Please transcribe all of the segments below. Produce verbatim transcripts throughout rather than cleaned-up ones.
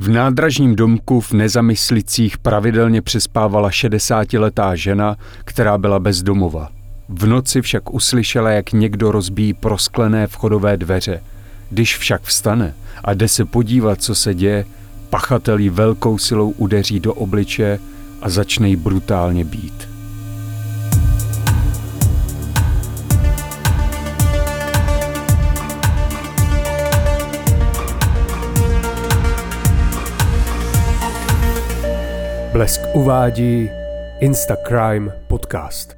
V nádražním domku v Nezamyslicích pravidelně přespávala šedesátiletá žena, která byla bezdomova. V noci však uslyšela, jak někdo rozbíjí prosklené vchodové dveře. Když však vstane a jde se podívat, co se děje, pachatel jí velkou silou udeří do obličeje a začne jí brutálně bít. Blesk uvádí Instacrime podcast.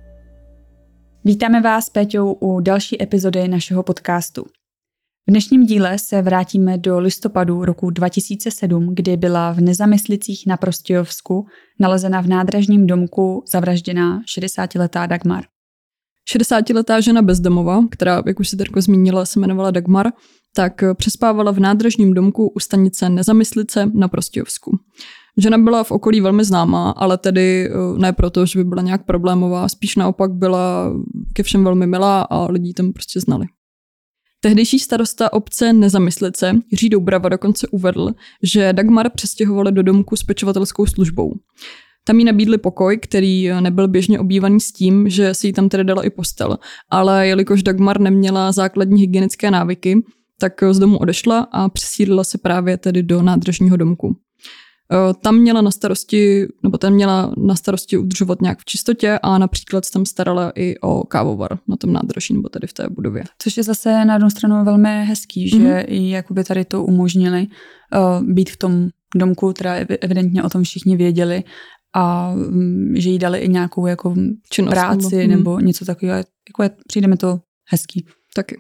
Vítáme vás s Péťou u další epizody našeho podcastu. V dnešním díle se vrátíme do listopadu roku dva tisíce sedm, kdy byla v Nezamyslicích na Prostějovsku nalezena v nádražním domku zavražděná šedesátiletá Dagmar. šedesátiletá žena bezdomova, která, jak už si Terko zmínila, se jmenovala Dagmar, tak přespávala v nádražním domku u stanice Nezamyslice na Prostějovsku. Žena byla v okolí velmi známá, ale tedy ne proto, že by byla nějak problémová, spíš naopak byla ke všem velmi milá a lidi tam prostě znali. Tehdejší starosta obce Nezamyslice, Jiří Doubrava, dokonce uvedl, že Dagmar přestěhovali do domku s pečovatelskou službou. Tam jí nabídli pokoj, který nebyl běžně obývaný s tím, že si jí tam tedy dala i postel, ale jelikož Dagmar neměla základní hygienické návyky, tak z domu odešla a přesídlila se právě tedy do nádražního domku. Tam měla na starosti, nebo tam měla na starosti udržovat nějak v čistotě a například tam starala i o kávovar na tom nádraží, nebo tady v té budově. Což je zase na jednu stranu velmi hezký, že mm-hmm. i jakoby tady to umožnili uh, být v tom domku, teda evidentně o tom všichni věděli a um, že jí dali i nějakou jako činnost, práci nebo, nebo mm. něco takového. Jako je, přijde mi to hezký. Taky.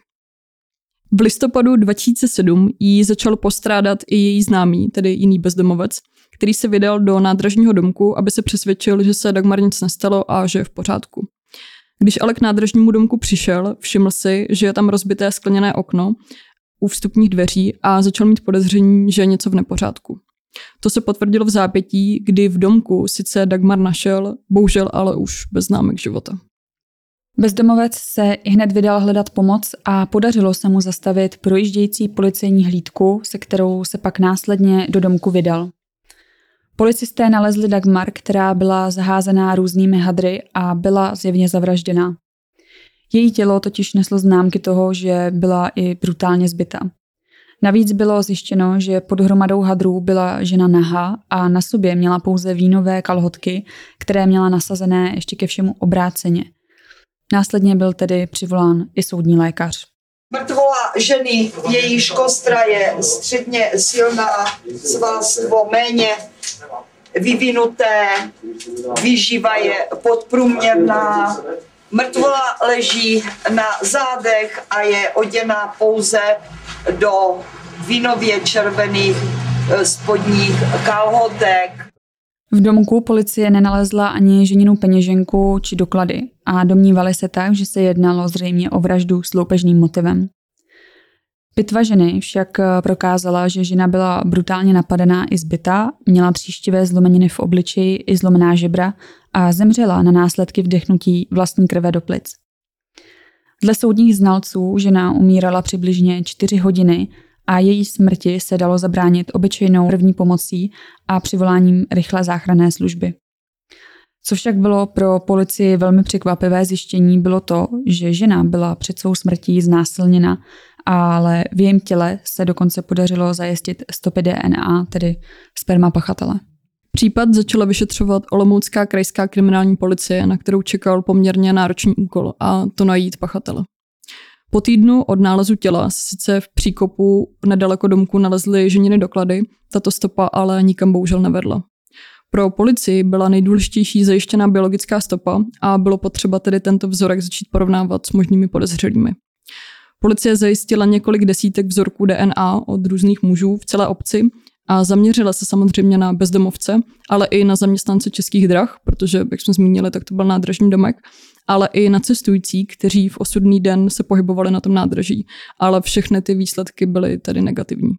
V listopadu dva tisíce sedm jí začal postrádat i její známý, tedy jiný bezdomovec, který se vydal do nádražního domku, aby se přesvědčil, že se Dagmar nic nestalo a že je v pořádku. Když ale k nádražnímu domku přišel, všiml si, že je tam rozbité skleněné okno u vstupních dveří a začal mít podezření, že je něco v nepořádku. To se potvrdilo v zápětí, kdy v domku sice Dagmar našel, bohužel ale už bez známek života. Bezdomovec se hned vydal hledat pomoc a podařilo se mu zastavit projíždějící policejní hlídku, se kterou se pak následně do domku vydal. Policisté nalezli Dagmar, která byla zaházená různými hadry a byla zjevně zavražděná. Její tělo totiž neslo známky toho, že byla i brutálně zbita. Navíc bylo zjištěno, že pod hromadou hadrů byla žena nahá a na sobě měla pouze vínové kalhotky, které měla nasazené ještě ke všemu obráceně. Následně byl tedy přivolán i soudní lékař. Mrtvola ženy, jejíž kostra je středně silná, svalstvo méně vyvinuté, výživa je podprůměrná. Mrtvola leží na zádech a je oděná pouze do vinově červených spodních kalhotek. V domku policie nenalezla ani ženinu peněženku či doklady a domnívali se tak, že se jednalo zřejmě o vraždu s loupežným motivem. Pitva ženy však prokázala, že žena byla brutálně napadená i zbitá, měla tříštivé zlomeniny v obličeji i zlomená žebra a zemřela na následky vdechnutí vlastní krve do plic. Dle soudních znalců žena umírala přibližně čtyři hodiny a její smrti se dalo zabránit obyčejnou první pomocí a přivoláním rychlé záchranné služby. Co však bylo pro policii velmi překvapivé zjištění, bylo to, že žena byla před svou smrtí znásilněna, ale v jejím těle se dokonce podařilo zajistit stopy D N A, tedy sperma pachatele. Případ začala vyšetřovat Olomoucká krajská kriminální policie, na kterou čekal poměrně náročný úkol, a to najít pachatele. Po týdnu od nálezu těla se sice v příkopu nedaleko domku nalezly ženiny doklady, tato stopa ale nikam bohužel nevedla. Pro policii byla nejdůležitější zajištěná biologická stopa a bylo potřeba tedy tento vzorek začít porovnávat s možnými podezřelými. Policie zajistila několik desítek vzorků D N A od různých mužů v celé obci a zaměřila se samozřejmě na bezdomovce, ale i na zaměstnance Českých drah, protože, jak jsme zmínili, tak to byl nádražní domek, ale i na cestující, kteří v osudný den se pohybovali na tom nádraží, ale všechny ty výsledky byly tedy negativní.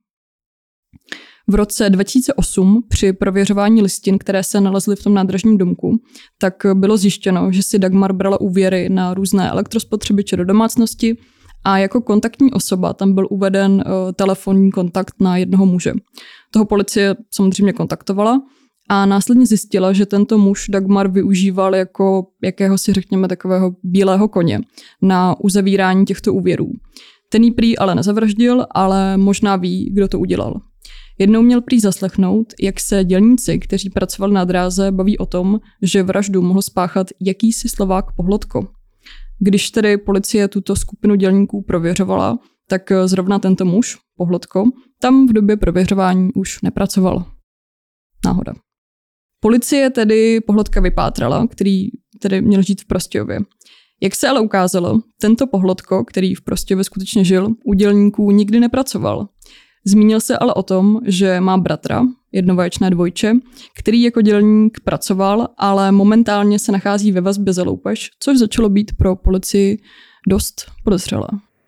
V roce dva tisíce osm při prověřování listin, které se nalezly v tom nádražním domku, tak bylo zjištěno, že si Dagmar brala úvěry na různé elektrospotřebiče do domácnosti A jako kontaktní osoba tam byl uveden uh, telefonní kontakt na jednoho muže. Toho policie samozřejmě kontaktovala a následně zjistila, že tento muž Dagmar využíval jako jakéhosi, řekněme, takového bílého koně na uzavírání těchto úvěrů. Ten jí prý ale nezavraždil, ale možná ví, kdo to udělal. Jednou měl prý zaslechnout, jak se dělníci, kteří pracovali na dráze, baví o tom, že vraždu mohl spáchat jakýsi Slovák Pohlodko. Když tedy policie tuto skupinu dělníků prověřovala, tak zrovna tento muž, Pohlodko, tam v době prověřování už nepracoval. Náhoda. Policie tedy Pohlodka vypátrala, který tedy měl žít v Prostějově. Jak se ale ukázalo, tento Pohlodko, který v Prostějově skutečně žil, u dělníků nikdy nepracoval. Zmínil se ale o tom, že má bratra, jednovaječné dvojče, který jako dělník pracoval, ale momentálně se nachází ve vazbě za loupež, což začalo být pro policii dost podezřelé.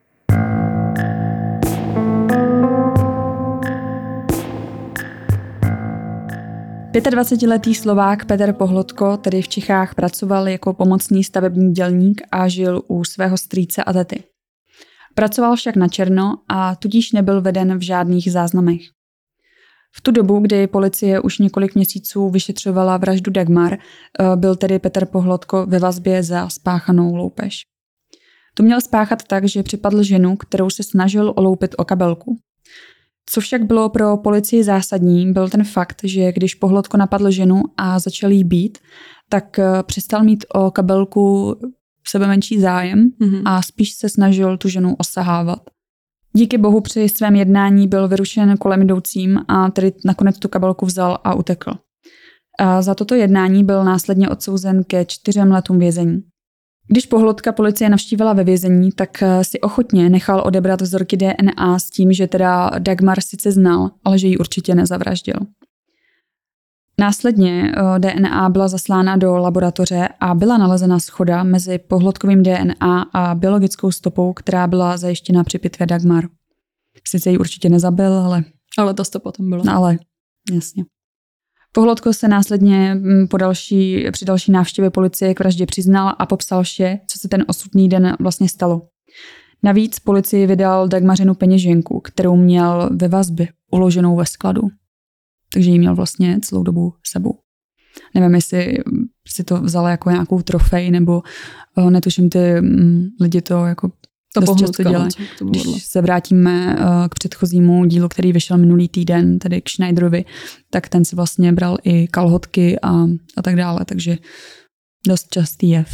dvacetiletý Slovák Petr Pohlodko tedy v Čechách pracoval jako pomocný stavební dělník a žil u svého strýce a tety. Pracoval však na černo a tudíž nebyl veden v žádných záznamech. V tu dobu, kdy policie už několik měsíců vyšetřovala vraždu Dagmar, byl tedy Petr Pohlodko ve vazbě za spáchanou loupež. To měl spáchat tak, že připadl ženu, kterou se snažil oloupit o kabelku. Co však bylo pro policii zásadní, byl ten fakt, že když Pohlodko napadl ženu a začal jí bít, tak přestal mít o kabelku sebe menší zájem mm-hmm. a spíš se snažil tu ženu osahávat. Díky bohu při svém jednání byl vyrušen kolem jdoucím a tedy nakonec tu kabelku vzal a utekl. A za toto jednání byl následně odsouzen ke čtyřem letům vězení. Když Pohlodka policie navštívila ve vězení, tak si ochotně nechal odebrat vzorky D N A s tím, že teda Dagmar sice znal, ale že ji určitě nezavraždil. Následně D N A byla zaslána do laboratoře a byla nalezena shoda mezi Pohlodkovým D N A a biologickou stopou, která byla zajištěna při pitvě Dagmar. Sice ji určitě nezabil, ale... Ale ta stopa tam byla. No, ale, jasně. Pohlodko se následně po další, při další návštěvě policie k vraždě přiznal a popsal vše, co se ten osudný den vlastně stalo. Navíc policii vydal Dagmařinu peněženku, kterou měl ve vazbě uloženou ve skladu. Takže ji měl vlastně celou dobu sebou. Nevím, jestli si to vzala jako nějakou trofej, nebo uh, netuším, ty um, lidi to jako to dost často dělají. Když se vrátíme uh, k předchozímu dílu, který vyšel minulý týden, tedy k Schneiderovi, tak ten si vlastně bral i kalhotky a, a tak dále, takže dost častý jev.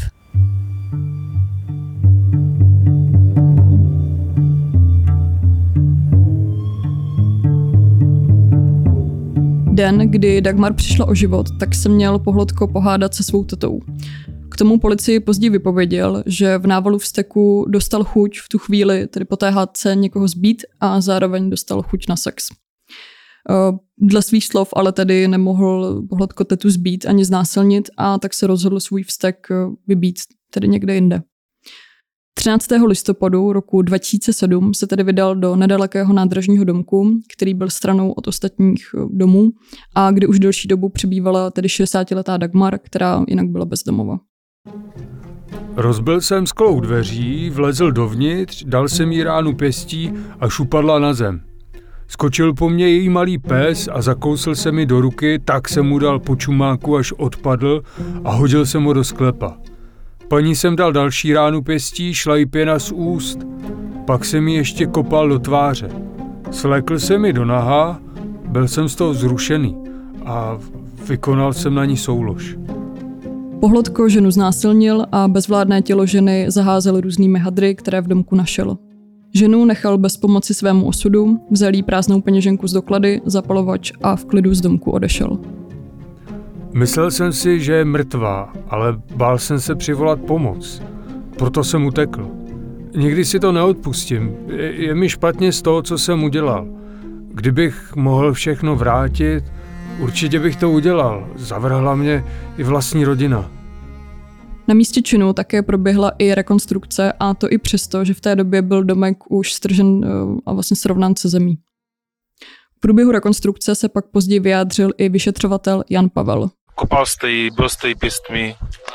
Den, kdy Dagmar přišla o život, tak se měl Pohlodko pohádat se svou tetou. K tomu policii později vypověděl, že v návalu vzteku dostal chuť v tu chvíli, tedy po té hádce, někoho zbít a zároveň dostal chuť na sex. Dle svých slov ale tedy nemohl Pohlodko tetu zbít ani znásilnit a tak se rozhodl svůj vztek vybít tedy někde jinde. třináctého listopadu roku dva tisíce sedm se tedy vydal do nedalekého nádražního domku, který byl stranou od ostatních domů a kde už delší dobu přebývala tedy šedesátiletá Dagmar, která jinak byla bezdomova. Rozbil jsem sklo dveří, vlezl dovnitř, dal jsem jí ránu pěstí a šupadla na zem. Skočil po mně její malý pes a zakousl se mi do ruky, tak jsem mu dal po čumáku, až odpadl a hodil jsem ho do sklepa. Paní jsem dal další ránu pěstí, šla jí pěna z úst. Pak jsem ji ještě kopal do tváře. Svlékl jsem mi do naha, byl jsem z toho zrušený a vykonal jsem na ní soulož. Pohlodko ženu znásilnil a bezvládné tělo ženy zaházel různými hadry, které v domku našel. Ženu nechal bez pomoci svému osudu, vzal jí prázdnou peněženku z doklady, zapalovač a v klidu z domku odešel. Myslel jsem si, že je mrtvá, ale bál jsem se přivolat pomoc. Proto jsem utekl. Nikdy si to neodpustím. Je, je mi špatně z toho, co jsem udělal. Kdybych mohl všechno vrátit, určitě bych to udělal. Zavrhla mě i vlastní rodina. Na místě činu také proběhla i rekonstrukce, a to i přesto, že v té době byl domek už stržen a vlastně srovnán se zemí. V průběhu rekonstrukce se pak později vyjádřil i vyšetřovatel Jan Pavel. Kopal jste ji, byl jste jí pěstmi,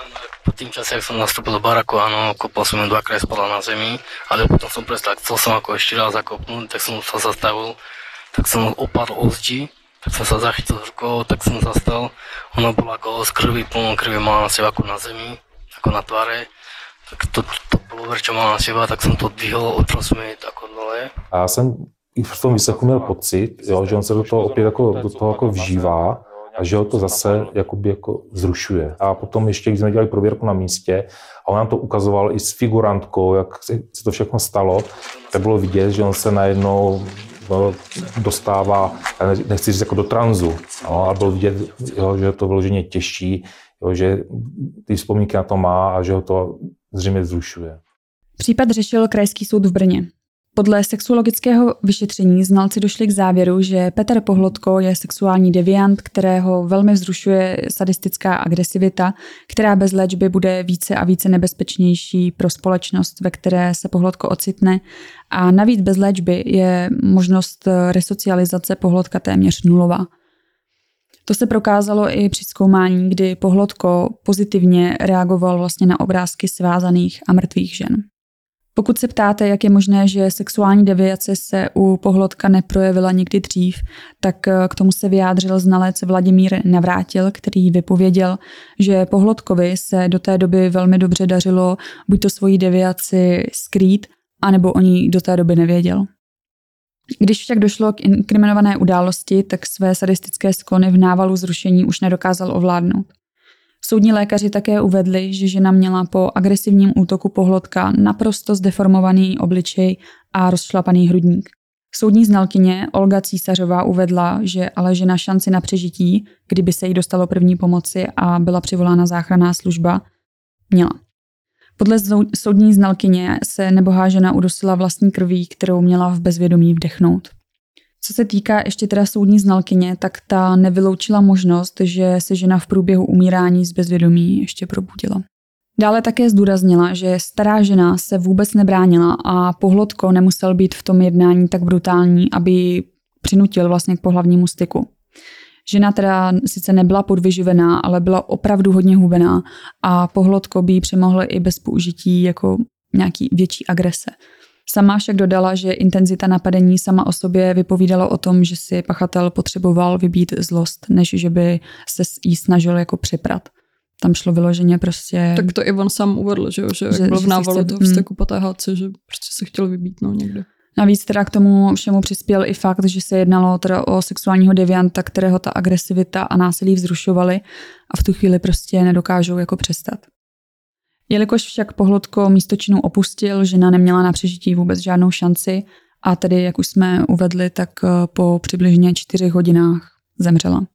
Po tým čase, jak som nastúpil do baraku, áno, kopal som ju dvakrát, spadla na zemi, ale potom som prestal, chcel som ako ešte raz zakopnúť, tak som sa zastavil, tak som opadl o zdi, tak som sa zachytil rukou, tak som zastal. Ona bola ako z krvi, plnou krvi mala na seba ako na zemi, ako na tváre. Tak to, to, to polover, čo mala na seba, tak som to dvihol, otrel som jej ako dole. A já jsem i v tom výslechu měl pocit, jo, že on se do toho opět jako, do toho jako vžívá a že ho to zase jakoby jako vzrušuje. A potom ještě, když jsme dělali prověrku na místě a on nám to ukazoval i s figurantkou, jak se to všechno stalo, tak bylo vidět, že on se najednou no, dostává, nechci říct jako do tranzu, no, a bylo vidět, jo, že to vyloženě těžší, jo, že ty vzpomínky na to má a že ho to zřejmě vzrušuje. Případ řešil Krajský soud v Brně. Podle sexuologického vyšetření znalci došli k závěru, že Petr Pohlodko je sexuální deviant, kterého velmi vzrušuje sadistická agresivita, která bez léčby bude více a více nebezpečnější pro společnost, ve které se Pohlodko ocitne. A navíc bez léčby je možnost resocializace Pohlodka téměř nulová. To se prokázalo i při zkoumání, kdy Pohlodko pozitivně reagoval vlastně na obrázky svázaných a mrtvých žen. Pokud se ptáte, jak je možné, že sexuální deviace se u Pohlodka neprojevila někdy dřív, tak k tomu se vyjádřil znalec Vladimír Navrátil, který vypověděl, že Pohlodkovi se do té doby velmi dobře dařilo buď to svoji deviaci skrýt, anebo o ní do té doby nevěděl. Když však došlo k inkriminované události, tak své sadistické sklony v návalu zrušení už nedokázal ovládnout. Soudní lékaři také uvedli, že žena měla po agresivním útoku Pohlodka naprosto zdeformovaný obličej a rozšlapaný hrudník. Soudní znalkyně Olga Císařová uvedla, že ale žena šanci na přežití, kdyby se jí dostalo první pomoci a byla přivolána záchranná služba, měla. Podle soudní znalkyně se nebohá žena udusila vlastní krví, kterou měla v bezvědomí vdechnout. Co se týká ještě teda soudní znalkyně, tak ta nevyloučila možnost, že se žena v průběhu umírání z bezvědomí ještě probudila. Dále také zdůraznila, že stará žena se vůbec nebránila a Pohlodko nemusel být v tom jednání tak brutální, aby ji přinutil vlastně k pohlavnímu styku. Žena teda sice nebyla podvyživená, ale byla opravdu hodně hubená a Pohlodko by ji přemohl i bez použití jako nějaký větší agrese. Sama však dodala, že intenzita napadení sama o sobě vypovídala o tom, že si pachatel potřeboval vybít zlost, než že by se jí snažil jako připrat. Tam šlo vyloženě prostě... Tak to i on sám uvedl, že, že, že jak byl v návalu chce... toho vzteku po té hádce, že prostě se chtěl vybít no, někde. Navíc teda k tomu všemu přispěl i fakt, že se jednalo teda o sexuálního devianta, kterého ta agresivita a násilí vzrušovaly a v tu chvíli prostě nedokážou jako přestat. Jelikož však Pohlodko místo činu opustil, žena neměla na přežití vůbec žádnou šanci a tedy, jak už jsme uvedli, tak po přibližně čtyřech hodinách zemřela.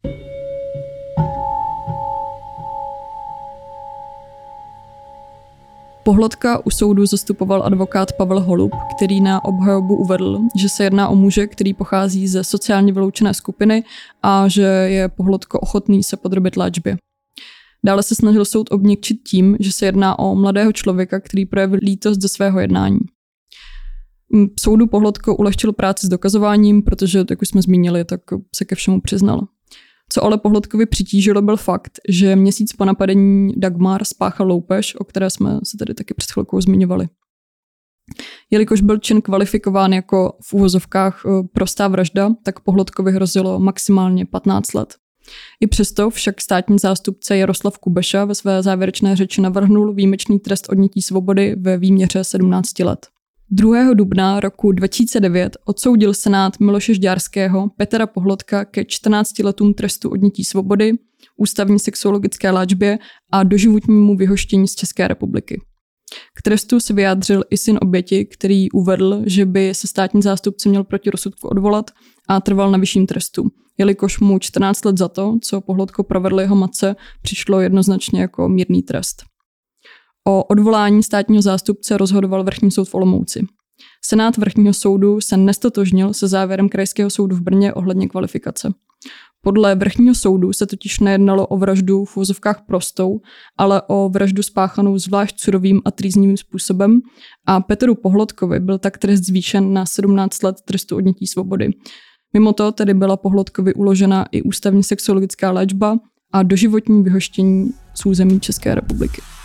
Pohlodka u soudu zastupoval advokát Pavel Holub, který na obhajobu uvedl, že se jedná o muže, který pochází ze sociálně vyloučené skupiny a že je Pohlodko ochotný se podrobit léčbě. Dále se snažil soud obměkčit tím, že se jedná o mladého člověka, který projevil lítost ze svého jednání. Soudu Pohlodko ulehčil práci s dokazováním, protože, jak už jsme zmínili, tak se ke všemu přiznal. Co ale Pohlodkovi přitížilo, byl fakt, že měsíc po napadení Dagmar spáchal loupež, o které jsme se tady taky před chvilkou zmiňovali. Jelikož byl čin kvalifikován jako v úvozovkách prostá vražda, tak Pohlodkovi hrozilo maximálně patnáct let. I přesto však státní zástupce Jaroslav Kubeša ve své závěrečné řeči navrhnul výjimečný trest odnětí svobody ve výměře sedmnáct let. druhého dubna roku dva tisíce devět odsoudil Senát Miloše Žďárského Petra Pohlodka ke čtrnácti letům trestu odnětí svobody, ústavní sexuologické léčbě a doživotnímu vyhoštění z České republiky. K trestu se vyjádřil i syn oběti, který uvedl, že by se státní zástupce měl proti rozsudku odvolat a trval na vyšším trestu, jelikož mu čtrnáct let za to, co Pohlodko provedl jeho matce, přišlo jednoznačně jako mírný trest. O odvolání státního zástupce rozhodoval Vrchní soud v Olomouci. Senát Vrchního soudu se nestotožnil se závěrem Krajského soudu v Brně ohledně kvalifikace. Podle Vrchního soudu se totiž nejednalo o vraždu v uvozovkách prostou, ale o vraždu spáchanou zvlášť surovým a trýznivým způsobem a Petru Pohlodkovi byl tak trest zvýšen na sedmnáct let trestu odnětí svobody. Mimo to tedy byla Pohlodkovi uložena i ústavní sexuologická léčba a doživotní vyhoštění z území České republiky.